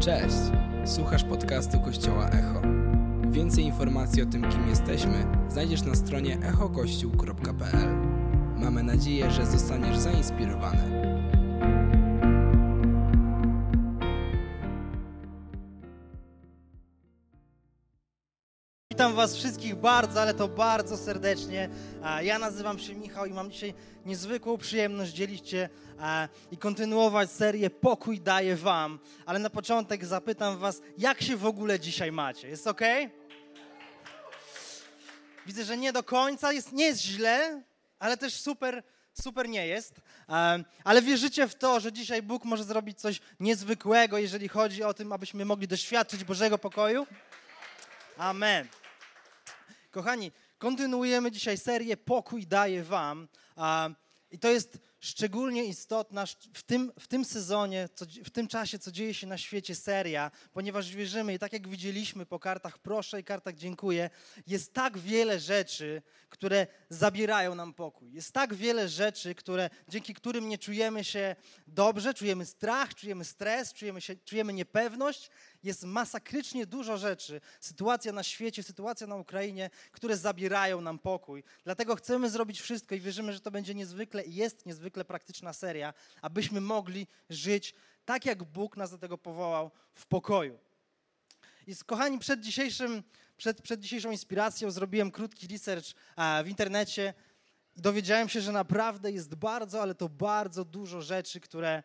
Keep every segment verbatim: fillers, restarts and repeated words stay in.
Cześć! Słuchasz podcastu Kościoła Echo. Więcej informacji o tym, kim jesteśmy, znajdziesz na stronie echo kościół kropka p l. Mamy nadzieję, że zostaniesz zainspirowany. Witam was wszystkich bardzo, ale to bardzo serdecznie. Ja nazywam się Michał i mam dzisiaj niezwykłą przyjemność dzielić się i kontynuować serię Pokój daję wam. Ale na początek zapytam was, jak się w ogóle dzisiaj macie? Jest ok? Widzę, że nie do końca, jest, nie jest źle, ale też super, super nie jest. Ale wierzycie w to, że dzisiaj Bóg może zrobić coś niezwykłego, jeżeli chodzi o tym, abyśmy mogli doświadczyć Bożego pokoju? Amen. Kochani, kontynuujemy dzisiaj serię Pokój daję wam a, i to jest szczególnie istotna w tym, w tym sezonie, co, w tym czasie, co dzieje się na świecie seria, ponieważ wierzymy i tak jak widzieliśmy po kartach proszę i kartach dziękuję, jest tak wiele rzeczy, które zabierają nam pokój. Jest tak wiele rzeczy, które, dzięki którym nie czujemy się dobrze, czujemy strach, czujemy stres, czujemy, się, czujemy niepewność. Jest masakrycznie dużo rzeczy, sytuacja na świecie, sytuacja na Ukrainie, które zabierają nam pokój. Dlatego chcemy zrobić wszystko i wierzymy, że to będzie niezwykle i jest niezwykle praktyczna seria, abyśmy mogli żyć tak, jak Bóg nas do tego powołał, w pokoju. I kochani, przed, dzisiejszym, przed, przed dzisiejszą inspiracją zrobiłem krótki research w internecie i dowiedziałem się, że naprawdę jest bardzo, ale to bardzo dużo rzeczy, które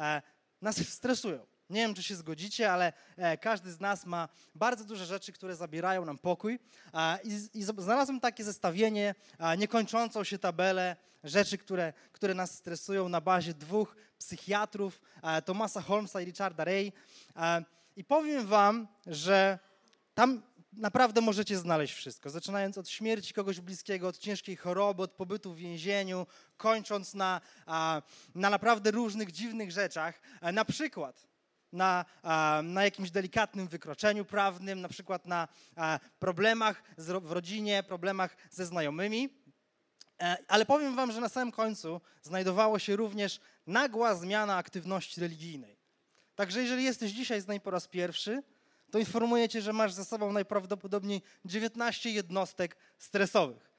nas stresują. Nie wiem, czy się zgodzicie, ale e, każdy z nas ma bardzo duże rzeczy, które zabierają nam pokój. A, i, I znalazłem takie zestawienie, a, niekończącą się tabelę rzeczy, które, które nas stresują na bazie dwóch psychiatrów, a, Thomasa Holmesa i Richarda Ray. A, I powiem wam, że tam naprawdę możecie znaleźć wszystko. Zaczynając od śmierci kogoś bliskiego, od ciężkiej choroby, od pobytu w więzieniu, kończąc na, a, na naprawdę różnych dziwnych rzeczach. A, na przykład Na, na jakimś delikatnym wykroczeniu prawnym, na przykład na problemach w rodzinie, problemach ze znajomymi. Ale powiem wam, że na samym końcu znajdowało się również nagła zmiana aktywności religijnej. Także jeżeli jesteś dzisiaj z nami po raz pierwszy, to informuję cię, że masz za sobą najprawdopodobniej dziewiętnaście jednostek stresowych.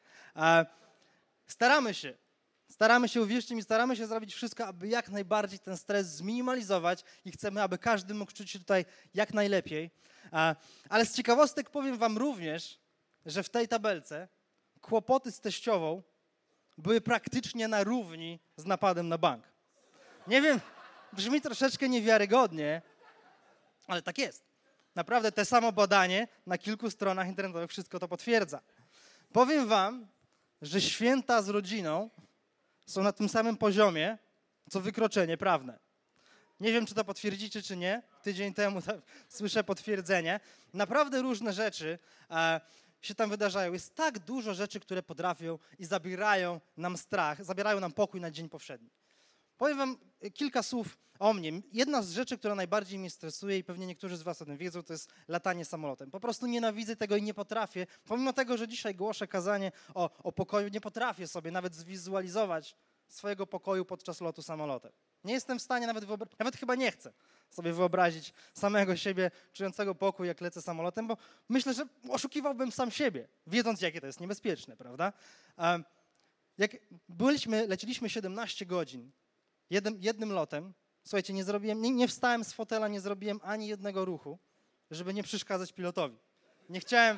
Staramy się. Staramy się, uwierzcie mi, staramy się zrobić wszystko, aby jak najbardziej ten stres zminimalizować i chcemy, aby każdy mógł czuć się tutaj jak najlepiej. Ale z ciekawostek powiem wam również, że w tej tabelce kłopoty z teściową były praktycznie na równi z napadem na bank. Nie wiem, brzmi troszeczkę niewiarygodnie, ale tak jest. Naprawdę te samo badanie na kilku stronach internetowych wszystko to potwierdza. Powiem wam, że święta z rodziną są na tym samym poziomie, co wykroczenie prawne. Nie wiem, czy to potwierdzicie, czy nie. Tydzień temu słyszę potwierdzenie. Naprawdę różne rzeczy e, się tam wydarzają. Jest tak dużo rzeczy, które potrafią i zabierają nam strach, zabierają nam pokój na dzień powszedni. Powiem wam kilka słów o mnie. Jedna z rzeczy, która najbardziej mnie stresuje i pewnie niektórzy z was o tym wiedzą, to jest latanie samolotem. Po prostu nienawidzę tego i nie potrafię. Pomimo tego, że dzisiaj głoszę kazanie o, o pokoju, nie potrafię sobie nawet zwizualizować swojego pokoju podczas lotu samolotem. Nie jestem w stanie, nawet, wyobra- nawet chyba nie chcę sobie wyobrazić samego siebie czującego pokój, jak lecę samolotem, bo myślę, że oszukiwałbym sam siebie, wiedząc, jakie to jest niebezpieczne, prawda? Um, jak byliśmy, leciliśmy siedemnaście godzin jednym, jednym lotem, słuchajcie, nie zrobiłem, nie, nie wstałem z fotela, nie zrobiłem ani jednego ruchu, żeby nie przeszkadzać pilotowi. Nie chciałem...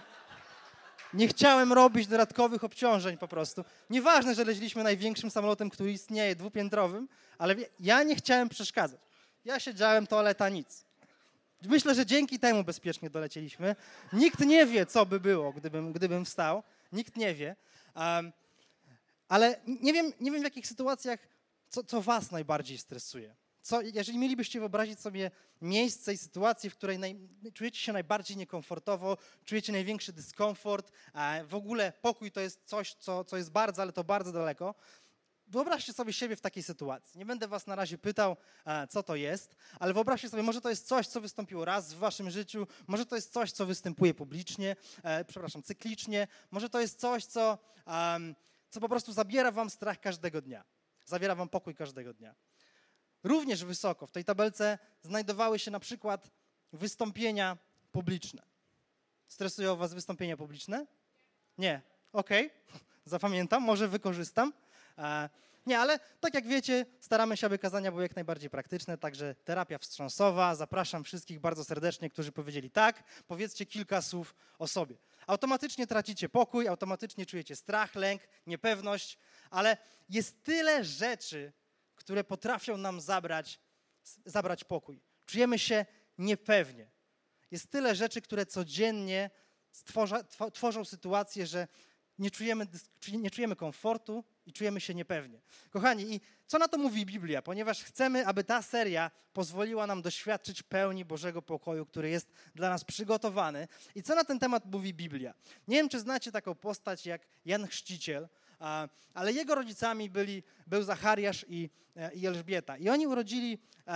Nie chciałem robić dodatkowych obciążeń po prostu. Nieważne, że leciliśmy największym samolotem, który istnieje, dwupiętrowym, ale ja nie chciałem przeszkadzać. Ja siedziałem, toaleta, nic. Myślę, że dzięki temu bezpiecznie dolecieliśmy. Nikt nie wie, co by było, gdybym, gdybym wstał. Nikt nie wie. Um, ale nie wiem, nie wiem w jakich sytuacjach, co, co was najbardziej stresuje. Co, jeżeli mielibyście wyobrazić sobie miejsce i sytuację, w której naj, czujecie się najbardziej niekomfortowo, czujecie największy dyskomfort, a w ogóle pokój to jest coś, co, co jest bardzo, ale to bardzo daleko, wyobraźcie sobie siebie w takiej sytuacji. Nie będę was na razie pytał, co to jest, ale wyobraźcie sobie, może to jest coś, co wystąpiło raz w waszym życiu, może to jest coś, co występuje publicznie, e, przepraszam, cyklicznie, może to jest coś, co, um, co po prostu zabiera wam strach każdego dnia, zabiera wam pokój każdego dnia. Również wysoko w tej tabelce znajdowały się na przykład wystąpienia publiczne. Stresują was wystąpienia publiczne? Nie. Okej. Okay. Zapamiętam, może wykorzystam. E, nie, ale tak jak wiecie, staramy się, aby kazania były jak najbardziej praktyczne, także terapia wstrząsowa. Zapraszam wszystkich bardzo serdecznie, którzy powiedzieli tak. Powiedzcie kilka słów o sobie. Automatycznie tracicie pokój, automatycznie czujecie strach, lęk, niepewność, ale jest tyle rzeczy, które potrafią nam zabrać, zabrać pokój. Czujemy się niepewnie. Jest tyle rzeczy, które codziennie stworza, tworzą sytuację, że nie czujemy, nie czujemy komfortu i czujemy się niepewnie. Kochani, i co na to mówi Biblia? Ponieważ chcemy, aby ta seria pozwoliła nam doświadczyć pełni Bożego pokoju, który jest dla nas przygotowany. I co na ten temat mówi Biblia? Nie wiem, czy znacie taką postać jak Jan Chrzciciel, ale jego rodzicami byli, był Zachariasz i, i Elżbieta. I oni urodzili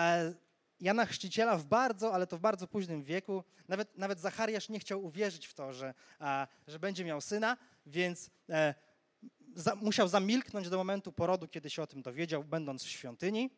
Jana Chrzciciela w bardzo, ale to w bardzo późnym wieku. Nawet, nawet Zachariasz nie chciał uwierzyć w to, że, że będzie miał syna, więc e, za, musiał zamilknąć do momentu porodu, kiedy się o tym dowiedział, będąc w świątyni.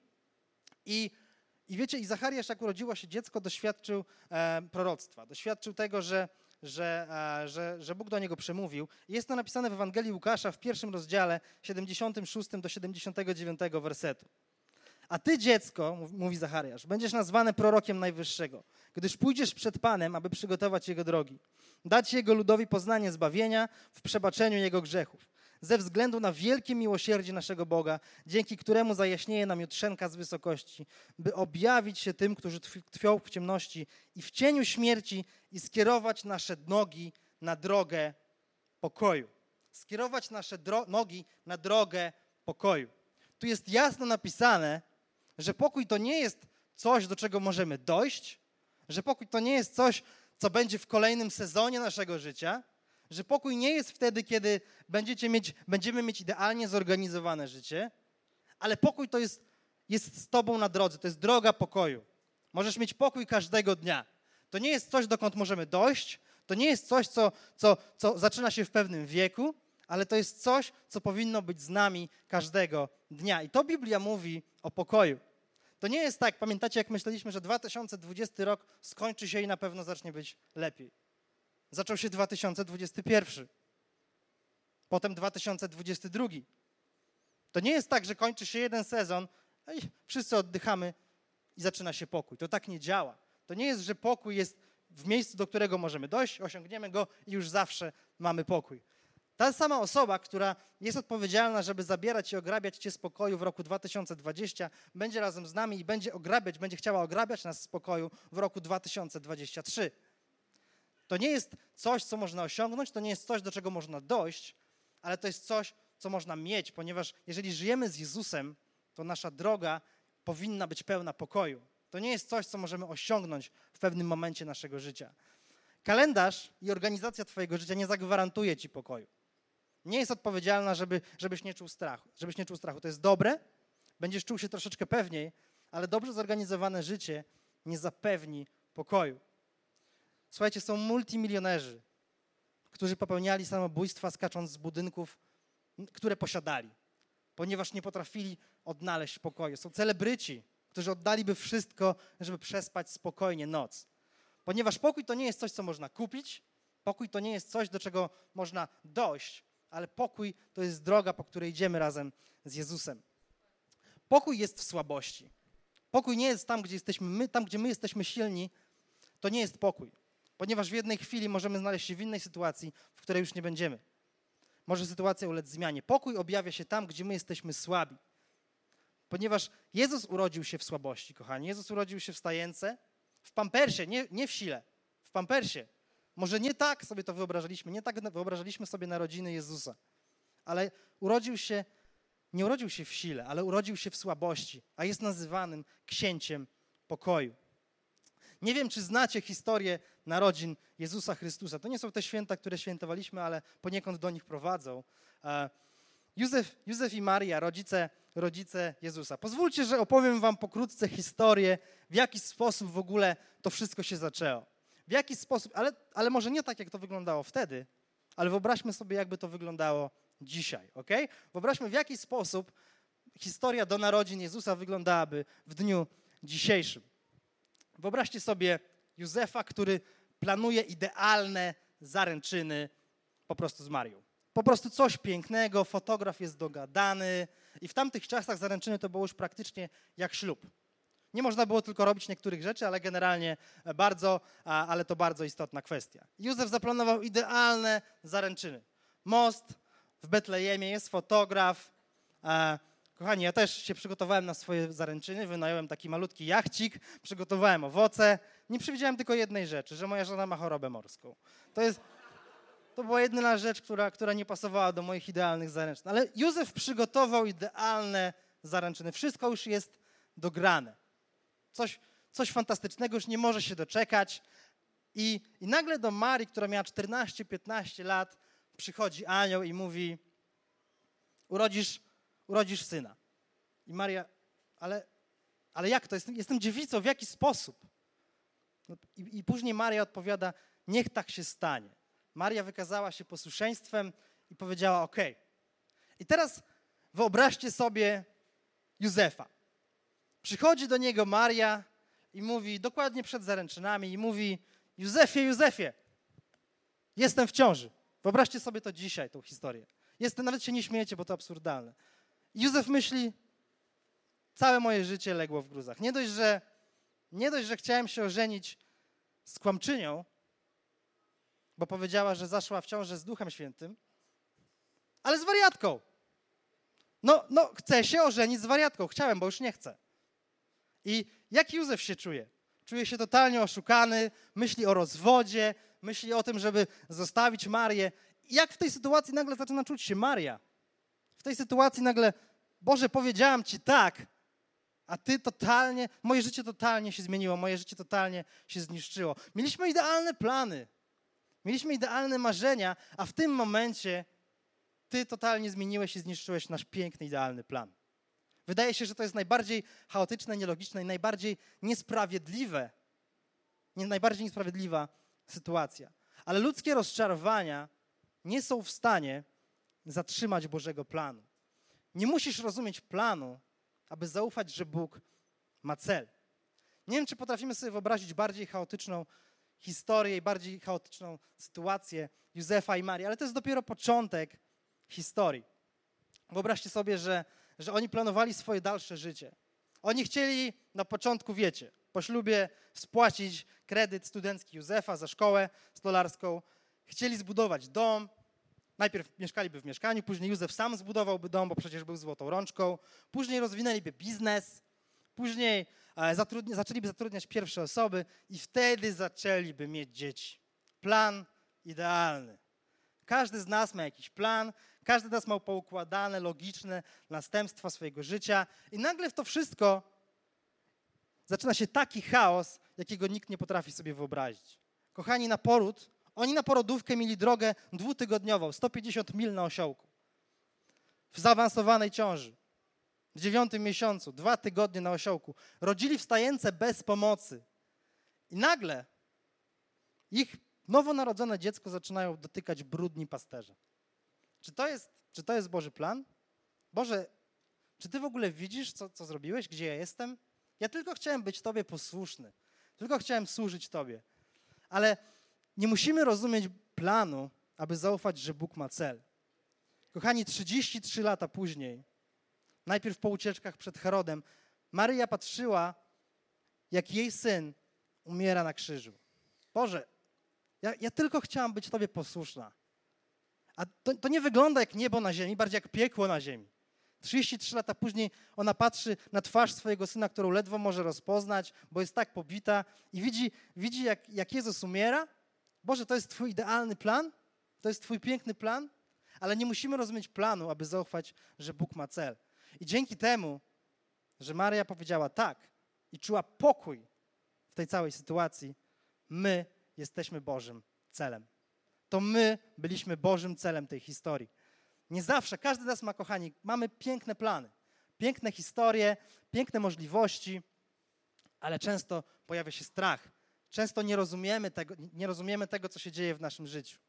I, i wiecie, i Zachariasz, jak urodziło się dziecko, doświadczył e, proroctwa. Doświadczył tego, że, że, e, że, że Bóg do niego przemówił. I jest to napisane w Ewangelii Łukasza w pierwszym rozdziale, siedemdziesiątym szóstym do siedemdziesiątego dziewiątego wersetu. A ty, dziecko, mówi Zachariasz, będziesz nazwane prorokiem Najwyższego, gdyż pójdziesz przed Panem, aby przygotować Jego drogi, dać Jego ludowi poznanie zbawienia w przebaczeniu Jego grzechów, ze względu na wielkie miłosierdzie naszego Boga, dzięki któremu zajaśnieje nam jutrzenka z wysokości, by objawić się tym, którzy tkwią w ciemności i w cieniu śmierci i skierować nasze nogi na drogę pokoju. Skierować nasze dro- nogi na drogę pokoju. Tu jest jasno napisane, że pokój to nie jest coś, do czego możemy dojść, że pokój to nie jest coś, co będzie w kolejnym sezonie naszego życia, że pokój nie jest wtedy, kiedy będziecie mieć, będziemy mieć idealnie zorganizowane życie, ale pokój to jest, jest z tobą na drodze, to jest droga pokoju. Możesz mieć pokój każdego dnia. To nie jest coś, dokąd możemy dojść, to nie jest coś, co, co, co zaczyna się w pewnym wieku, ale to jest coś, co powinno być z nami każdego dnia. I to Biblia mówi o pokoju. To nie jest tak, pamiętacie, jak myśleliśmy, że dwa tysiące dwudziesty rok skończy się i na pewno zacznie być lepiej. Zaczął się dwa tysiące dwudziesty pierwszy, potem dwa tysiące dwudziesty drugi. To nie jest tak, że kończy się jeden sezon, i wszyscy oddychamy i zaczyna się pokój. To tak nie działa. To nie jest, że pokój jest w miejscu, do którego możemy dojść, osiągniemy go i już zawsze mamy pokój. Ta sama osoba, która jest odpowiedzialna, żeby zabierać i ograbiać cię z pokoju w roku dwa tysiące dwudziestym, będzie razem z nami i będzie ograbiać, będzie chciała ograbiać nas z pokoju w roku dwa tysiące dwudziestym trzecim. To nie jest coś, co można osiągnąć, to nie jest coś, do czego można dojść, ale to jest coś, co można mieć, ponieważ jeżeli żyjemy z Jezusem, to nasza droga powinna być pełna pokoju. To nie jest coś, co możemy osiągnąć w pewnym momencie naszego życia. Kalendarz i organizacja twojego życia nie zagwarantuje ci pokoju. Nie jest odpowiedzialna, żeby, żebyś nie czuł strachu. Żebyś nie czuł strachu. To jest dobre, będziesz czuł się troszeczkę pewniej, ale dobrze zorganizowane życie nie zapewni pokoju. Słuchajcie, są multimilionerzy, którzy popełniali samobójstwa skacząc z budynków, które posiadali, ponieważ nie potrafili odnaleźć pokoju. Są celebryci, którzy oddaliby wszystko, żeby przespać spokojnie noc. Ponieważ pokój to nie jest coś, co można kupić, pokój to nie jest coś, do czego można dojść, ale pokój to jest droga, po której idziemy razem z Jezusem. Pokój jest w słabości. Pokój nie jest tam, gdzie jesteśmy my, tam, gdzie my jesteśmy silni, to nie jest pokój. Ponieważ w jednej chwili możemy znaleźć się w innej sytuacji, w której już nie będziemy. Może sytuacja ulec zmianie. Pokój objawia się tam, gdzie my jesteśmy słabi. Ponieważ Jezus urodził się w słabości, kochani. Jezus urodził się w stajence, w pampersie, nie, nie w sile, w pampersie. Może nie tak sobie to wyobrażaliśmy, nie tak wyobrażaliśmy sobie narodziny Jezusa, ale urodził się, nie urodził się w sile, ale urodził się w słabości, a jest nazywanym księciem pokoju. Nie wiem, czy znacie historię narodzin Jezusa Chrystusa. To nie są te święta, które świętowaliśmy, ale poniekąd do nich prowadzą. Józef, Józef i Maria, rodzice, rodzice Jezusa. Pozwólcie, że opowiem wam pokrótce historię, w jaki sposób w ogóle to wszystko się zaczęło. W jaki sposób, ale, ale może nie tak, jak to wyglądało wtedy, ale wyobraźmy sobie, jakby to wyglądało dzisiaj, ok? Wyobraźmy, w jaki sposób historia do narodzin Jezusa wyglądałaby w dniu dzisiejszym. Wyobraźcie sobie Józefa, który planuje idealne zaręczyny po prostu z Marią. Po prostu coś pięknego, fotograf jest dogadany i w tamtych czasach zaręczyny to było już praktycznie jak ślub. Nie można było tylko robić niektórych rzeczy, ale generalnie bardzo, ale to bardzo istotna kwestia. Józef zaplanował idealne zaręczyny. Most w Betlejemie, jest fotograf. Kochani, ja też się przygotowałem na swoje zaręczyny, wynająłem taki malutki jachcik, przygotowałem owoce. Nie przewidziałem tylko jednej rzeczy, że moja żona ma chorobę morską. To jest... To była jedyna rzecz, która, która nie pasowała do moich idealnych zaręczyn. Ale Józef przygotował idealne zaręczyny. Wszystko już jest dograne. Coś, coś fantastycznego, już nie może się doczekać. I, I nagle do Marii, która miała czternaście piętnaście lat, przychodzi anioł i mówi: urodzisz, urodzisz syna. I Maria, ale, ale jak to? Jestem, jestem dziewicą, w jaki sposób? No, i, I później Maria odpowiada: niech tak się stanie. Maria wykazała się posłuszeństwem i powiedziała: OK. I teraz wyobraźcie sobie Józefa. Przychodzi do niego Maria i mówi, dokładnie przed zaręczynami, i mówi: Józefie, Józefie, jestem w ciąży. Wyobraźcie sobie to dzisiaj, tą historię. Jestem, nawet się nie śmiejecie, bo to absurdalne. I Józef myśli: całe moje życie legło w gruzach. Nie dość, że, nie dość, że chciałem się ożenić z kłamczynią, bo powiedziała, że zaszła w ciążę z Duchem Świętym, ale z wariatką. No, no, chcę się ożenić z wariatką. Chciałem, bo już nie chcę. I jak Józef się czuje? Czuje się totalnie oszukany, myśli o rozwodzie, myśli o tym, żeby zostawić Marię. I jak w tej sytuacji nagle zaczyna czuć się Maria? W tej sytuacji nagle: Boże, powiedziałam Ci tak, a Ty totalnie, moje życie totalnie się zmieniło, moje życie totalnie się zniszczyło. Mieliśmy idealne plany. Mieliśmy idealne marzenia, a w tym momencie Ty totalnie zmieniłeś i zniszczyłeś nasz piękny, idealny plan. Wydaje się, że to jest najbardziej chaotyczne, nielogiczne i najbardziej niesprawiedliwe, nie, najbardziej niesprawiedliwa sytuacja. Ale ludzkie rozczarowania nie są w stanie zatrzymać Bożego planu. Nie musisz rozumieć planu, aby zaufać, że Bóg ma cel. Nie wiem, czy potrafimy sobie wyobrazić bardziej chaotyczną historię i bardziej chaotyczną sytuację Józefa i Marii, ale to jest dopiero początek historii. Wyobraźcie sobie, że, że oni planowali swoje dalsze życie. Oni chcieli na początku, wiecie, po ślubie spłacić kredyt studencki Józefa za szkołę stolarską. Chcieli zbudować dom. Najpierw mieszkaliby w mieszkaniu, później Józef sam zbudowałby dom, bo przecież był złotą rączką. Później rozwinęliby biznes. Później zatrudni, zaczęliby zatrudniać pierwsze osoby i wtedy zaczęliby mieć dzieci. Plan idealny. Każdy z nas ma jakiś plan, każdy z nas ma poukładane, logiczne następstwa swojego życia i nagle w to wszystko zaczyna się taki chaos, jakiego nikt nie potrafi sobie wyobrazić. Kochani, na poród, oni na porodówkę mieli drogę dwutygodniową, sto pięćdziesiąt mil na osiołku. W zaawansowanej ciąży. W dziewiątym miesiącu, dwa tygodnie na osiołku. Rodzili wstające bez pomocy. I nagle ich nowonarodzone dziecko zaczynają dotykać brudni pasterze. Czy to jest, czy to jest Boży plan? Boże, czy Ty w ogóle widzisz, co, co zrobiłeś, gdzie ja jestem? Ja tylko chciałem być Tobie posłuszny. Tylko chciałem służyć Tobie. Ale nie musimy rozumieć planu, aby zaufać, że Bóg ma cel. Kochani, trzydzieści trzy lata później, najpierw po ucieczkach przed Herodem, Maryja patrzyła, jak jej syn umiera na krzyżu. Boże, ja, ja tylko chciałam być Tobie posłuszna. A to, to nie wygląda jak niebo na ziemi, bardziej jak piekło na ziemi. trzydzieści trzy lata później ona patrzy na twarz swojego syna, którą ledwo może rozpoznać, bo jest tak pobita i widzi, widzi jak, jak Jezus umiera. Boże, to jest Twój idealny plan? To jest Twój piękny plan? Ale nie musimy rozumieć planu, aby zaufać, że Bóg ma cel. I dzięki temu, że Maryja powiedziała tak i czuła pokój w tej całej sytuacji, my jesteśmy Bożym celem. To my byliśmy Bożym celem tej historii. Nie zawsze, każdy z nas ma, kochani, mamy piękne plany, piękne historie, piękne możliwości, ale często pojawia się strach. Często nie rozumiemy tego, nie rozumiemy tego, co się dzieje w naszym życiu.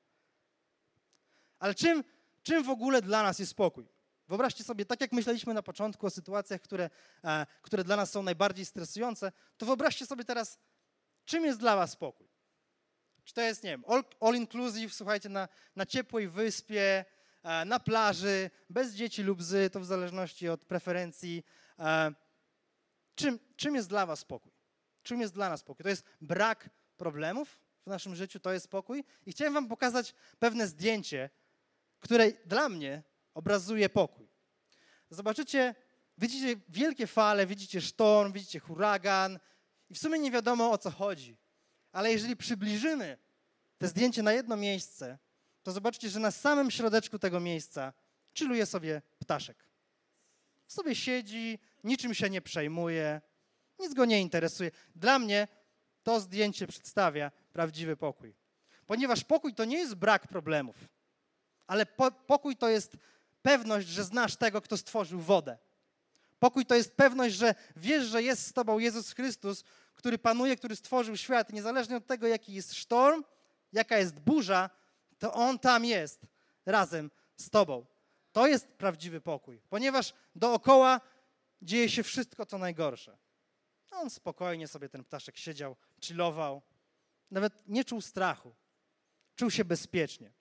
Ale czym, czym w ogóle dla nas jest spokój? Wyobraźcie sobie, tak jak myśleliśmy na początku o sytuacjach, które, e, które dla nas są najbardziej stresujące, to wyobraźcie sobie teraz, czym jest dla was spokój? Czy to jest, nie wiem, all, all inclusive, słuchajcie, na, na ciepłej wyspie, e, na plaży, bez dzieci lub z, to w zależności od preferencji. E, czym, czym jest dla was spokój? Czym jest dla nas spokój? To jest brak problemów w naszym życiu, to jest spokój. I chciałem wam pokazać pewne zdjęcie, które dla mnie obrazuje pokój. Zobaczycie, widzicie wielkie fale, widzicie sztorm, widzicie huragan i w sumie nie wiadomo, o co chodzi. Ale jeżeli przybliżymy te zdjęcie na jedno miejsce, to zobaczycie, że na samym środeczku tego miejsca chilluje sobie ptaszek. Sobie siedzi, niczym się nie przejmuje, nic go nie interesuje. Dla mnie to zdjęcie przedstawia prawdziwy pokój. Ponieważ pokój to nie jest brak problemów, ale po, pokój to jest pewność, że znasz tego, kto stworzył wodę. Pokój to jest pewność, że wiesz, że jest z tobą Jezus Chrystus, który panuje, który stworzył świat. Niezależnie od tego, jaki jest sztorm, jaka jest burza, to On tam jest razem z tobą. To jest prawdziwy pokój, ponieważ dookoła dzieje się wszystko, co najgorsze. On spokojnie sobie, ten ptaszek, siedział, chillował, nawet nie czuł strachu, czuł się bezpiecznie.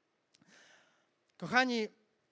Kochani,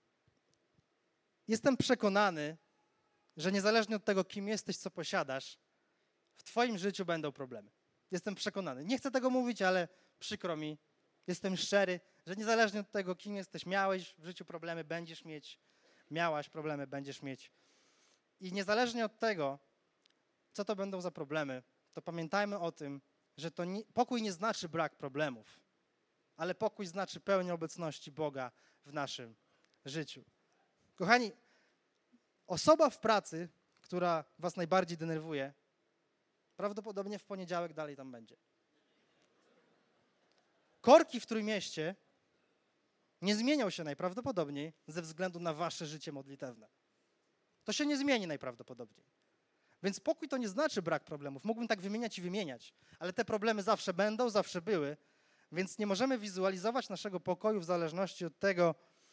jestem przekonany, że niezależnie od tego, kim jesteś, co posiadasz, w twoim życiu będą problemy. Jestem przekonany. Nie chcę tego mówić, ale przykro mi, jestem szczery, że niezależnie od tego, kim jesteś, miałeś w życiu problemy, będziesz mieć, miałaś problemy, będziesz mieć. I niezależnie od tego, co to będą za problemy, to pamiętajmy o tym, że to nie, pokój nie znaczy brak problemów, ale pokój znaczy pełnię obecności Boga w naszym życiu. Kochani, osoba w pracy, która was najbardziej denerwuje, prawdopodobnie w poniedziałek dalej tam będzie. Korki w Trójmieście nie zmienią się najprawdopodobniej ze względu na wasze życie modlitewne. To się nie zmieni najprawdopodobniej. Więc pokój to nie znaczy brak problemów. Mógłbym tak wymieniać i wymieniać, ale te problemy zawsze będą, zawsze były, więc nie możemy wizualizować naszego pokoju w zależności od tego,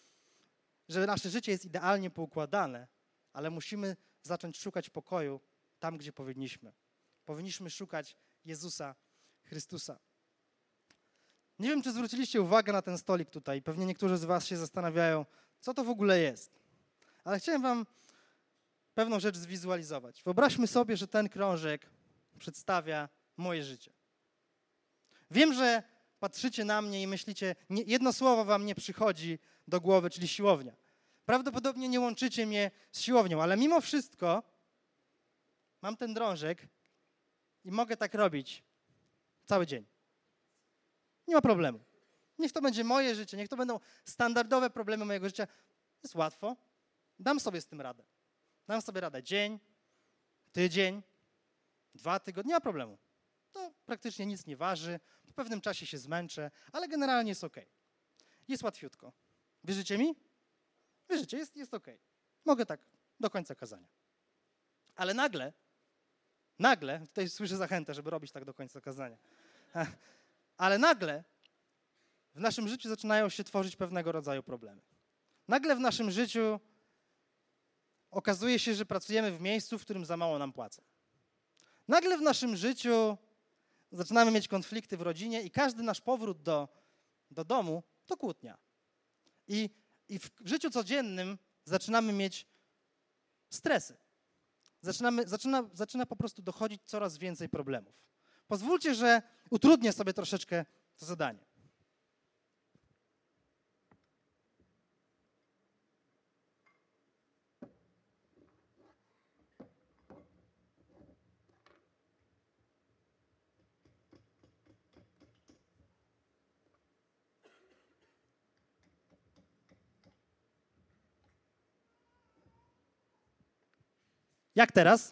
że nasze życie jest idealnie poukładane, ale musimy zacząć szukać pokoju tam, gdzie powinniśmy. Powinniśmy szukać Jezusa Chrystusa. Nie wiem, czy zwróciliście uwagę na ten stolik tutaj. Pewnie niektórzy z was się zastanawiają, co to w ogóle jest. Ale chciałem wam pewną rzecz zwizualizować. Wyobraźmy sobie, że ten krążek przedstawia moje życie. Wiem, że patrzycie na mnie i myślicie, nie, jedno słowo wam nie przychodzi do głowy, czyli siłownia. Prawdopodobnie nie łączycie mnie z siłownią, ale mimo wszystko mam ten drążek i mogę tak robić cały dzień. Nie ma problemu. Niech to będzie moje życie, niech to będą standardowe problemy mojego życia. Jest łatwo. Dam sobie z tym radę. Dam sobie radę dzień, tydzień, dwa tygodnie, nie ma problemu. To praktycznie nic nie waży, po pewnym czasie się zmęczę, ale generalnie jest okej. Jest łatwiutko. Wierzycie mi? Wierzycie, jest, jest okej. Mogę tak do końca kazania. Ale nagle, nagle, tutaj słyszę zachętę, żeby robić tak do końca kazania, ale nagle w naszym życiu zaczynają się tworzyć pewnego rodzaju problemy. Nagle w naszym życiu okazuje się, że pracujemy w miejscu, w którym za mało nam płacą. Nagle w naszym życiu zaczynamy mieć konflikty w rodzinie i każdy nasz powrót do, do domu to kłótnia. I, I w życiu codziennym zaczynamy mieć stresy. Zaczynamy, zaczyna, zaczyna po prostu dochodzić coraz więcej problemów. Pozwólcie, że utrudnię sobie troszeczkę to zadanie. Jak teraz?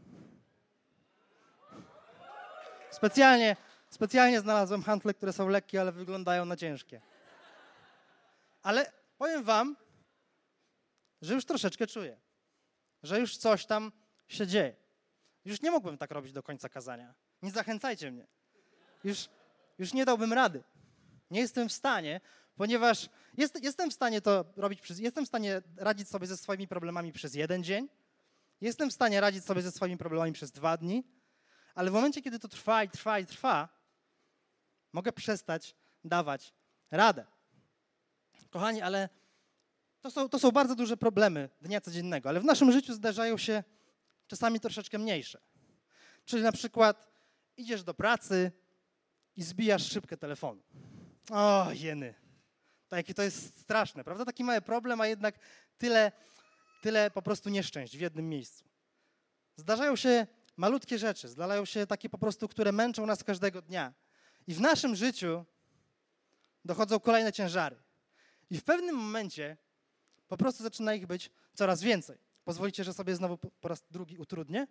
Specjalnie, specjalnie znalazłem hantle, które są lekkie, ale wyglądają na ciężkie. Ale powiem wam, że już troszeczkę czuję, że już coś tam się dzieje. Już nie mógłbym tak robić do końca kazania. Nie zachęcajcie mnie. Już, już nie dałbym rady. Nie jestem w stanie, ponieważ jest, jestem w stanie to robić, przez, jestem w stanie radzić sobie ze swoimi problemami przez jeden dzień, jestem w stanie radzić sobie ze swoimi problemami przez dwa dni, ale w momencie, kiedy to trwa i trwa i trwa, mogę przestać dawać radę. Kochani, ale to są, to są bardzo duże problemy dnia codziennego, ale w naszym życiu zdarzają się czasami troszeczkę mniejsze. Czyli na przykład idziesz do pracy i zbijasz szybkę telefonu. O, jeny. To jakie to jest straszne, prawda? Taki mały problem, a jednak tyle, tyle po prostu nieszczęść w jednym miejscu. Zdarzają się malutkie rzeczy, zdarzają się takie po prostu, które męczą nas każdego dnia. I w naszym życiu dochodzą kolejne ciężary. I w pewnym momencie po prostu zaczyna ich być coraz więcej. Pozwolicie, że sobie znowu po raz drugi utrudnię?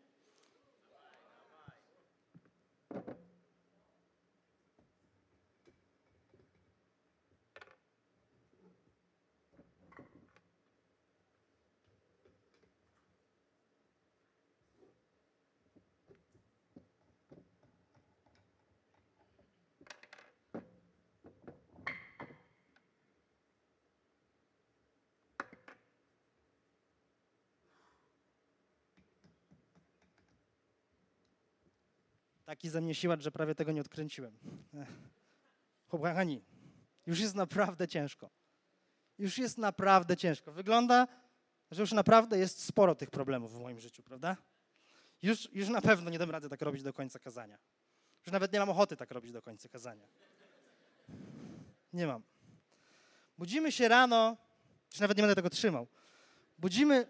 Taki ze mnie siłacz, że prawie tego nie odkręciłem. Kochani, już jest naprawdę ciężko. Już jest naprawdę ciężko. Wygląda, że już naprawdę jest sporo tych problemów w moim życiu, prawda? Już, już na pewno nie dam rady tak robić do końca kazania. Już nawet nie mam ochoty tak robić do końca kazania. Nie mam. Budzimy się rano, już nawet nie będę tego trzymał. Budzimy...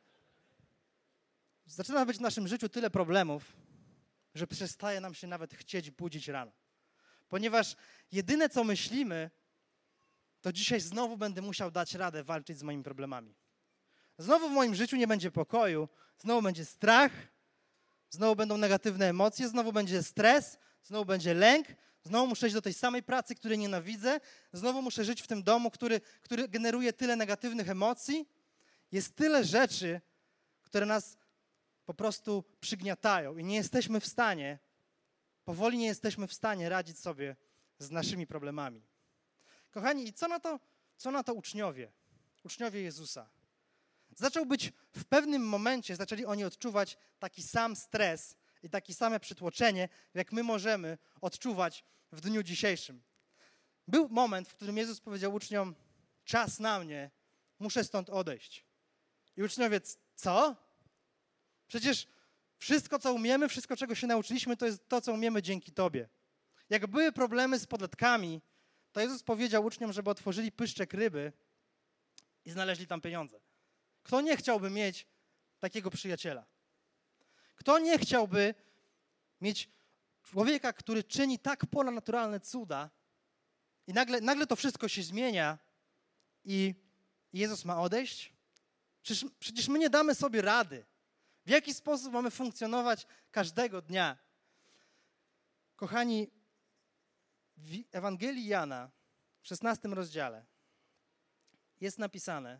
Zaczyna być w naszym życiu tyle problemów, że przestaje nam się nawet chcieć budzić rano. Ponieważ jedyne, co myślimy, to dzisiaj znowu będę musiał dać radę walczyć z moimi problemami. Znowu w moim życiu nie będzie pokoju, znowu będzie strach, znowu będą negatywne emocje, znowu będzie stres, znowu będzie lęk, znowu muszę iść do tej samej pracy, której nienawidzę, znowu muszę żyć w tym domu, który, który generuje tyle negatywnych emocji. Jest tyle rzeczy, które nas po prostu przygniatają i nie jesteśmy w stanie, powoli nie jesteśmy w stanie radzić sobie z naszymi problemami. Kochani, i co na to, co na to uczniowie, uczniowie Jezusa? Zaczął być w pewnym momencie, zaczęli oni odczuwać taki sam stres i takie same przytłoczenie, jak my możemy odczuwać w dniu dzisiejszym. Był moment, w którym Jezus powiedział uczniom, czas na mnie, muszę stąd odejść. I uczniowie, co? Przecież wszystko, co umiemy, wszystko, czego się nauczyliśmy, to jest to, co umiemy dzięki Tobie. Jak były problemy z podatkami, to Jezus powiedział uczniom, żeby otworzyli pyszczek ryby i znaleźli tam pieniądze. Kto nie chciałby mieć takiego przyjaciela? Kto nie chciałby mieć człowieka, który czyni tak ponadnaturalne cuda i nagle, nagle to wszystko się zmienia i Jezus ma odejść? Przecież, przecież my nie damy sobie rady. W jaki sposób mamy funkcjonować każdego dnia? Kochani, w Ewangelii Jana w szesnastym rozdziale jest napisane,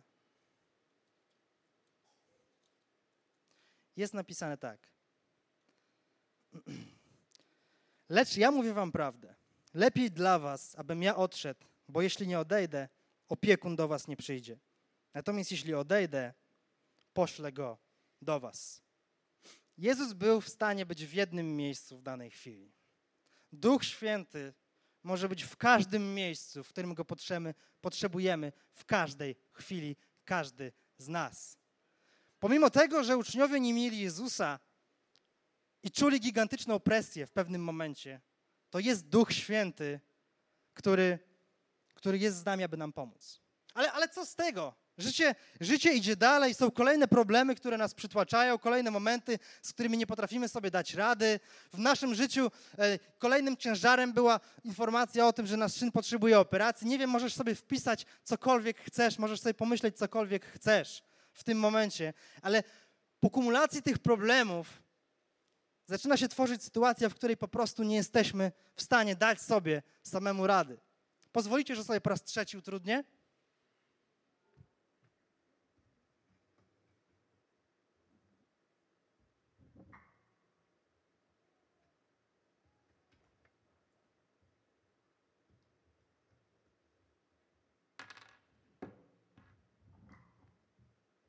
jest napisane tak. Lecz ja mówię wam prawdę. Lepiej dla was, abym ja odszedł, bo jeśli nie odejdę, opiekun do was nie przyjdzie. Natomiast jeśli odejdę, poślę go do was. Jezus był w stanie być w jednym miejscu w danej chwili. Duch Święty może być w każdym miejscu, w którym go potrzebujemy, w każdej chwili, każdy z nas. Pomimo tego, że uczniowie nie mieli Jezusa i czuli gigantyczną presję w pewnym momencie, to jest Duch Święty, który, który jest z nami, aby nam pomóc. Ale, ale co z tego? Życie, życie idzie dalej, są kolejne problemy, które nas przytłaczają, kolejne momenty, z którymi nie potrafimy sobie dać rady. W naszym życiu e, kolejnym ciężarem była informacja o tym, że nasz syn potrzebuje operacji. Nie wiem, możesz sobie wpisać cokolwiek chcesz, możesz sobie pomyśleć cokolwiek chcesz w tym momencie, ale po kumulacji tych problemów zaczyna się tworzyć sytuacja, w której po prostu nie jesteśmy w stanie dać sobie samemu rady. Pozwolicie, że sobie po raz trzeci utrudnię?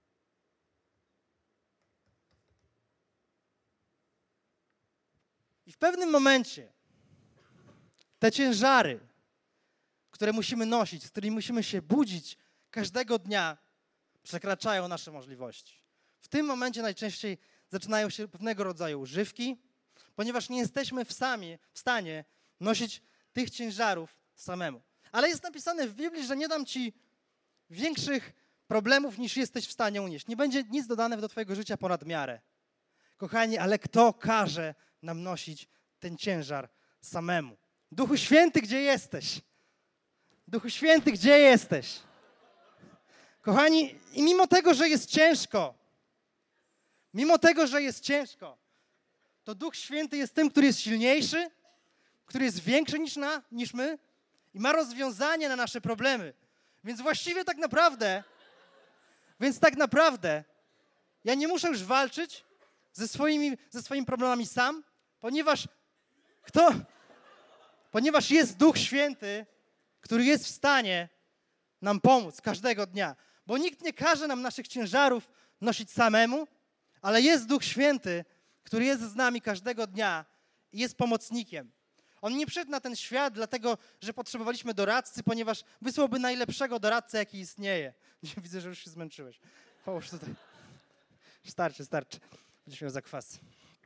I w w pewnym momencie te ciężary, które musimy nosić, z którymi musimy się budzić każdego dnia, przekraczają nasze możliwości. W tym momencie najczęściej zaczynają się pewnego rodzaju używki, ponieważ nie jesteśmy w, sami, w stanie nosić tych ciężarów samemu. Ale jest napisane w Biblii, że nie dam ci większych problemów, niż jesteś w stanie unieść. Nie będzie nic dodane do twojego życia ponad miarę. Kochani, ale kto każe nam nosić ten ciężar samemu? Duchu Święty, gdzie jesteś? Duchu Święty, gdzie jesteś? Kochani, i mimo tego, że jest ciężko, mimo tego, że jest ciężko, to Duch Święty jest tym, który jest silniejszy, który jest większy niż, na, niż my i ma rozwiązanie na nasze problemy. Więc właściwie tak naprawdę, więc tak naprawdę ja nie muszę już walczyć ze swoimi, ze swoimi problemami sam, ponieważ kto, ponieważ jest Duch Święty, który jest w stanie nam pomóc każdego dnia. Bo nikt nie każe nam naszych ciężarów nosić samemu, ale jest Duch Święty, który jest z nami każdego dnia i jest pomocnikiem. On nie przyszedł na ten świat dlatego, że potrzebowaliśmy doradcy, ponieważ wysłałby najlepszego doradcę, jaki istnieje. Widzę, że już się zmęczyłeś. Połóż tutaj. Starczy, starczy. Będziesz miał zakwasy.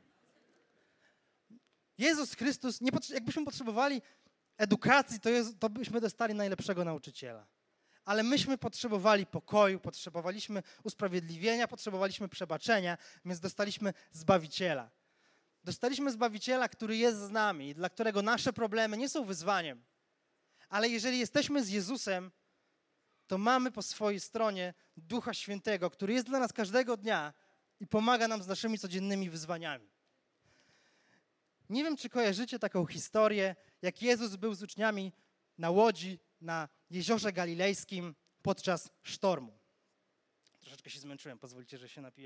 Jezus Chrystus, nie potrze- jakbyśmy potrzebowali edukacji, to, jest, to byśmy dostali najlepszego nauczyciela. Ale myśmy potrzebowali pokoju, potrzebowaliśmy usprawiedliwienia, potrzebowaliśmy przebaczenia, więc dostaliśmy Zbawiciela. Dostaliśmy Zbawiciela, który jest z nami i dla którego nasze problemy nie są wyzwaniem. Ale jeżeli jesteśmy z Jezusem, to mamy po swojej stronie Ducha Świętego, który jest dla nas każdego dnia i pomaga nam z naszymi codziennymi wyzwaniami. Nie wiem, czy kojarzycie taką historię, jak Jezus był z uczniami na łodzi na Jeziorze Galilejskim podczas sztormu. Troszeczkę się zmęczyłem, pozwólcie, że się napiję.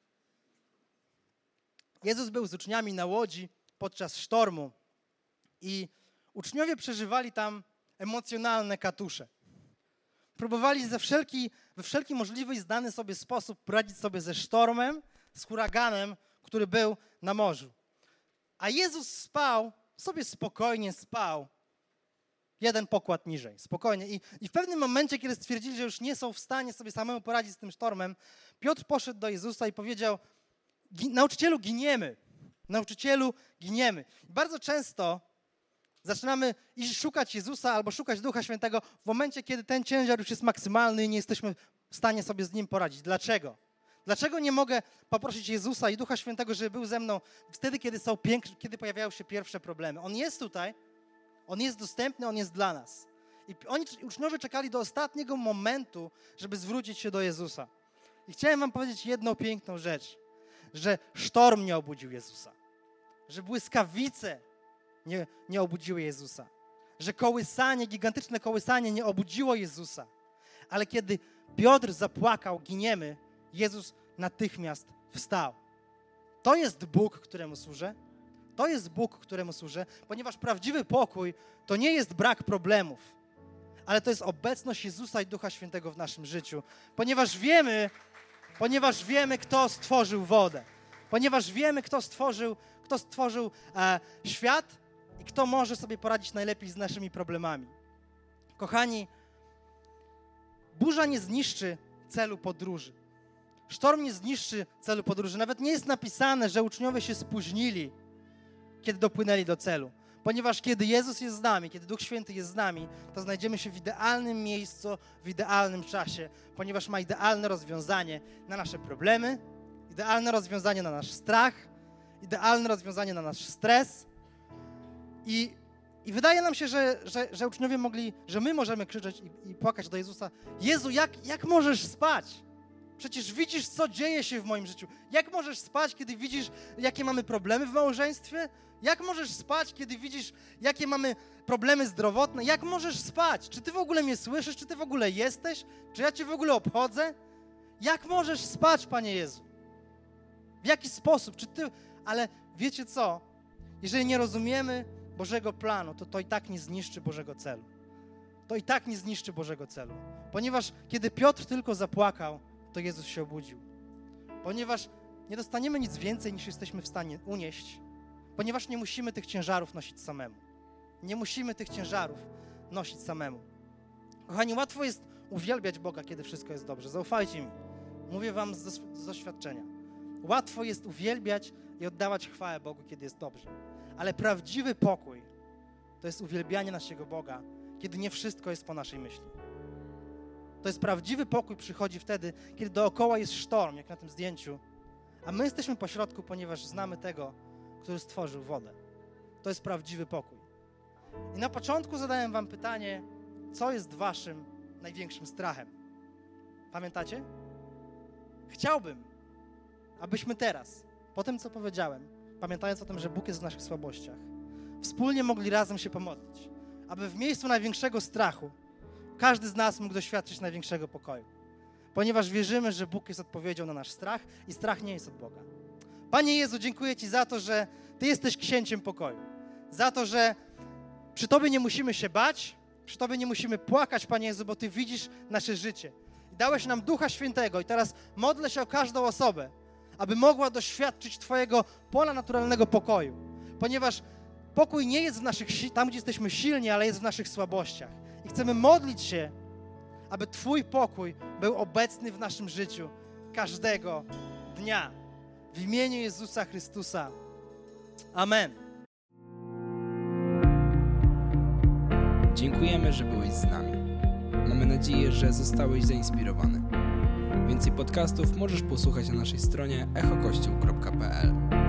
Jezus był z uczniami na łodzi podczas sztormu i uczniowie przeżywali tam emocjonalne katusze. Próbowali ze wszelki, we wszelki możliwy i znany sobie sposób poradzić sobie ze sztormem, z huraganem, który był na morzu. A Jezus spał, sobie spokojnie spał, jeden pokład niżej, spokojnie. I, I w pewnym momencie, kiedy stwierdzili, że już nie są w stanie sobie samemu poradzić z tym sztormem, Piotr poszedł do Jezusa i powiedział: nauczycielu, giniemy. Nauczycielu, giniemy. I bardzo często zaczynamy iść szukać Jezusa albo szukać Ducha Świętego w momencie, kiedy ten ciężar już jest maksymalny i nie jesteśmy w stanie sobie z nim poradzić. Dlaczego? Dlaczego nie mogę poprosić Jezusa i Ducha Świętego, żeby był ze mną wtedy, kiedy, są pięk- kiedy pojawiają się pierwsze problemy? On jest tutaj, On jest dostępny, On jest dla nas. I oni, uczniowie czekali do ostatniego momentu, żeby zwrócić się do Jezusa. I chciałem wam powiedzieć jedną piękną rzecz, że sztorm nie obudził Jezusa, że błyskawice nie, nie obudziły Jezusa, że kołysanie, gigantyczne kołysanie nie obudziło Jezusa. Ale kiedy Piotr zapłakał, giniemy, Jezus natychmiast wstał. To jest Bóg, któremu służę. To jest Bóg, któremu służę, ponieważ prawdziwy pokój to nie jest brak problemów, ale to jest obecność Jezusa i Ducha Świętego w naszym życiu, ponieważ wiemy, ponieważ wiemy, kto stworzył wodę, ponieważ wiemy, kto stworzył, kto stworzył e, świat i kto może sobie poradzić najlepiej z naszymi problemami. Kochani, burza nie zniszczy celu podróży. Sztorm nie zniszczy celu podróży. Nawet nie jest napisane, że uczniowie się spóźnili, kiedy dopłynęli do celu. Ponieważ kiedy Jezus jest z nami, kiedy Duch Święty jest z nami, to znajdziemy się w idealnym miejscu, w idealnym czasie, ponieważ ma idealne rozwiązanie na nasze problemy, idealne rozwiązanie na nasz strach, idealne rozwiązanie na nasz stres. I, i wydaje nam się, że, że, że uczniowie mogli, że my możemy krzyczeć i, i płakać do Jezusa: Jezu, jak, jak możesz spać? Przecież widzisz, co dzieje się w moim życiu. Jak możesz spać, kiedy widzisz, jakie mamy problemy w małżeństwie? Jak możesz spać, kiedy widzisz, jakie mamy problemy zdrowotne? Jak możesz spać? Czy ty w ogóle mnie słyszysz? Czy ty w ogóle jesteś? Czy ja cię w ogóle obchodzę? Jak możesz spać, Panie Jezu? W jaki sposób? Czy ty... Ale wiecie co? Jeżeli nie rozumiemy Bożego planu, to to i tak nie zniszczy Bożego celu. To i tak nie zniszczy Bożego celu. Ponieważ kiedy Piotr tylko zapłakał, to Jezus się obudził. Ponieważ nie dostaniemy nic więcej, niż jesteśmy w stanie unieść. ponieważ nie musimy tych ciężarów nosić samemu. Nie musimy tych ciężarów nosić samemu. Kochani, łatwo jest uwielbiać Boga, kiedy wszystko jest dobrze. Zaufajcie mi. Mówię wam z, z doświadczenia. Łatwo jest uwielbiać i oddawać chwałę Bogu, kiedy jest dobrze. Ale prawdziwy pokój to jest uwielbianie naszego Boga, kiedy nie wszystko jest po naszej myśli. To jest prawdziwy pokój, przychodzi wtedy, kiedy dookoła jest sztorm, jak na tym zdjęciu, a my jesteśmy pośrodku, ponieważ znamy tego, który stworzył wodę. To jest prawdziwy pokój. I na początku zadałem wam pytanie, co jest waszym największym strachem? Pamiętacie? Chciałbym, abyśmy teraz, po tym, co powiedziałem, pamiętając o tym, że Bóg jest w naszych słabościach, wspólnie mogli razem się pomodlić, aby w miejscu największego strachu każdy z nas mógł doświadczyć największego pokoju. Ponieważ wierzymy, że Bóg jest odpowiedzią na nasz strach i strach nie jest od Boga. Panie Jezu, dziękuję Ci za to, że Ty jesteś księciem pokoju. Za to, że przy Tobie nie musimy się bać, przy Tobie nie musimy płakać, Panie Jezu, bo Ty widzisz nasze życie. I dałeś nam Ducha Świętego i teraz modlę się o każdą osobę, aby mogła doświadczyć Twojego ponadnaturalnego pokoju. Ponieważ pokój nie jest w naszych, si- tam, gdzie jesteśmy silni, ale jest w naszych słabościach. I chcemy modlić się, aby Twój pokój był obecny w naszym życiu każdego dnia. W imieniu Jezusa Chrystusa. Amen. Dziękujemy, że byłeś z nami. Mamy nadzieję, że zostałeś zainspirowany. Więcej podcastów możesz posłuchać na naszej stronie echo kościół kropka p l.